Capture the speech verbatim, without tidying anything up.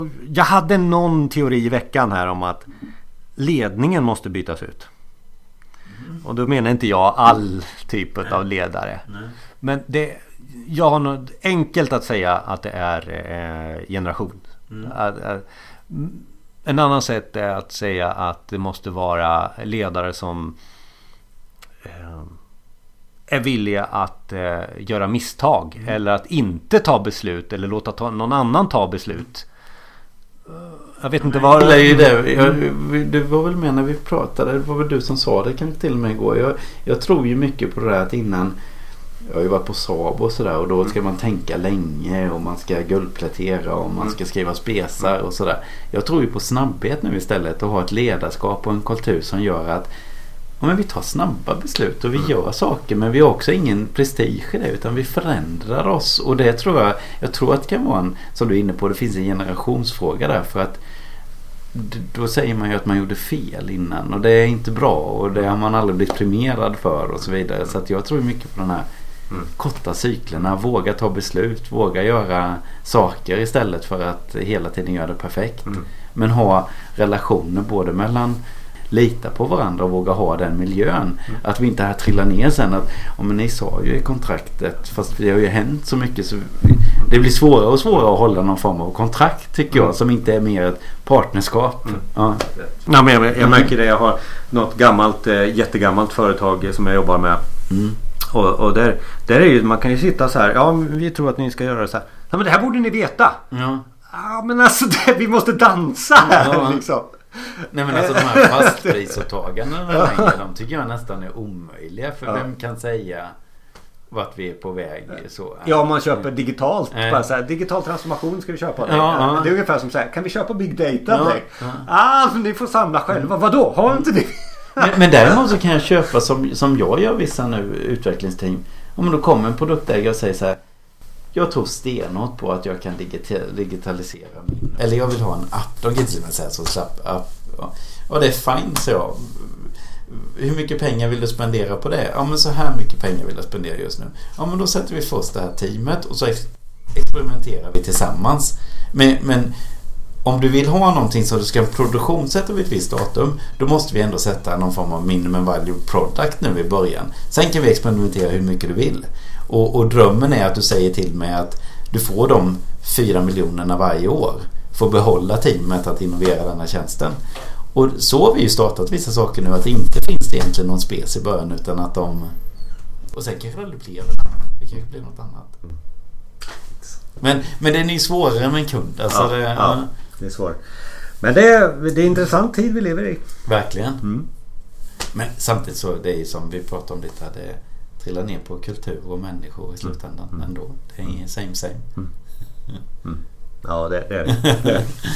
Jag hade någon teori i veckan här om att ledningen måste bytas ut. Mm. Och då menar inte jag all typ av ledare. Nej. Men det, jag har något enkelt att säga att det är eh, generation. Mm. Att, att, en annan sätt är att säga att det måste vara ledare som eh, är villiga att eh, göra misstag. Mm. Eller att inte ta beslut. Eller låta ta, någon annan ta beslut. Jag vet inte vad det är det. Jag, det var väl med när vi pratade. Det var väl du som sa det kanske till och med igår. Jag, jag tror ju mycket på det där att innan. Jag har ju varit på Saab och sådär. Och då ska man tänka länge. Och man ska guldplätera. Och man ska skriva spesar och sådär. Jag tror ju på snabbhet nu istället. Och ha ett ledarskap och en kultur som gör att ja, men vi tar snabba beslut och vi gör saker, men vi har också ingen prestige i det, utan vi förändrar oss. Och det tror jag, jag tror att det kan vara en, som du är inne på, det finns en generationsfråga där, för att då säger man ju att man gjorde fel innan och det är inte bra och det har man aldrig blivit premierad för och så vidare. Så att jag tror mycket på den här mm. korta cyklerna, våga ta beslut, våga göra saker istället för att hela tiden göra det perfekt. Mm. Men ha relationer både mellan lita på varandra och våga ha den miljön. Mm. Att vi inte här trillar ner sen att, ja, men ni sa ju i kontraktet, fast det har ju hänt så mycket så det blir svårare och svårare att hålla någon form av kontrakt tycker jag, mm. som inte är mer ett partnerskap. Mm. Ja. Ja, men jag, jag märker det, jag har något gammalt, jättegammalt företag som jag jobbar med. Mm. Och, och där, där är ju, man kan ju sitta så här, ja vi tror att ni ska göra så här. Ja, men det här borde ni veta. Ja, ja men alltså det, vi måste dansa här ja. liksom. Nej, men alltså de här fastprisåtagandena längre, de tycker jag nästan är omöjliga, för ja. vem kan säga vart vi är på väg så. Ja, man köper digitalt äh. bara så här, digital transformation ska vi köpa det. Ja, ja. Det är ungefär som så här, kan vi köpa big data ja, ja. Ah, ni får samla själva. Vadå? Har inte det? men, men däremot så kan jag köpa som, som jag gör vissa nu utvecklingsteam. Om då kommer en produktägare och säger så här, jag tror stenhårt på att jag kan digita- digitalisera min, eller jag vill ha en app. De kan inte säga så slapp app. Ja. Och det är fint, så jag. Hur mycket pengar vill du spendera på det? Ja, men så här mycket pengar vill jag spendera just nu. Ja, men då sätter vi först det här teamet och så experimenterar vi tillsammans. Men, men om du vill ha någonting som du ska produktionssätta vid ett visst datum, då måste vi ändå sätta någon form av minimum value product nu i början. Sen kan vi experimentera hur mycket du vill. Och, och drömmen är att du säger till mig att du får de fyra miljonerna varje år. Får behålla teamet att innovera den här tjänsten. Och så har vi ju startat vissa saker nu, att det inte finns egentligen någon spec i början, utan att de... Och sen kanske det blir det kanske blir något annat. Men, men det är ju svårare med en kund. Alltså ja, det, ja, ja, det är svårt. Men det är, det är intressant tid vi lever i. Verkligen. Mm. Men samtidigt så, det är som vi pratade om lite, det trillar ner på kultur och människor i slutändan mm. ändå. Det är same same. Mm. Mm. Ja, det, det är det.